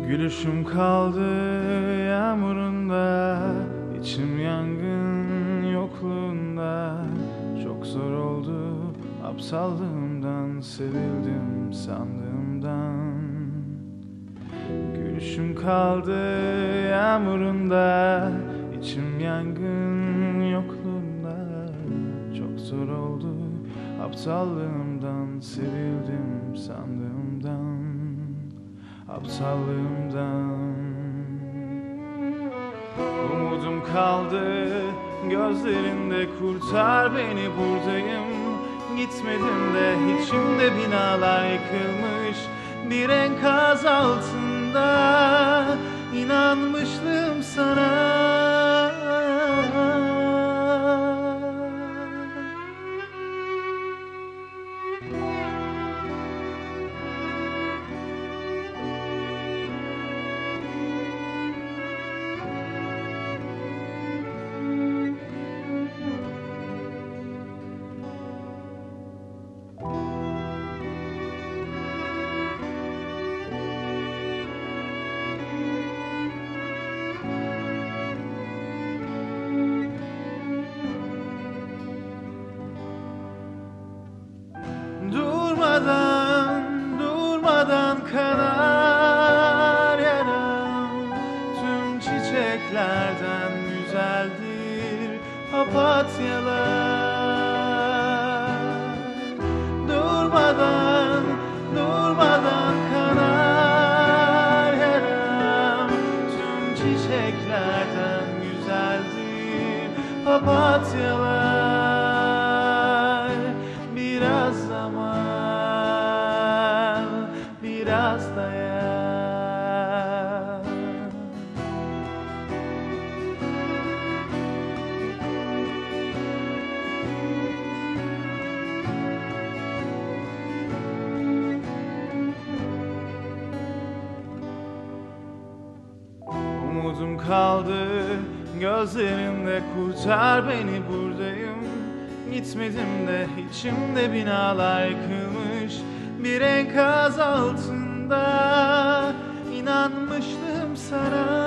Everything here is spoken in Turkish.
Gülüşüm kaldı yağmurunda, içim yangın yokluğunda. Çok zor oldu aptallığımdan, sevildim sandığımdan. Gülüşüm kaldı yağmurunda, içim yangın yokluğunda. Çok zor oldu aptallığımdan, sevildim sandığımdan. Aptallığımdan. Umudum kaldı gözlerinde, kurtar beni buradayım. Gitmedim de içimde binalar yıkılmış, bir enkaz altında inanmıştım sana. Durmadan kanar yaram, tüm çiçeklerden güzeldir papatyalar. Durmadan kanar yaram, tüm çiçeklerden güzeldir papatyalar. Biraz zaman, biraz dayan. Umudum kaldı gözlerinde, kurtar beni buradayım. Gitmedim de içimde binalar yıkılmış, bir enkaz altında inanmıştım sana.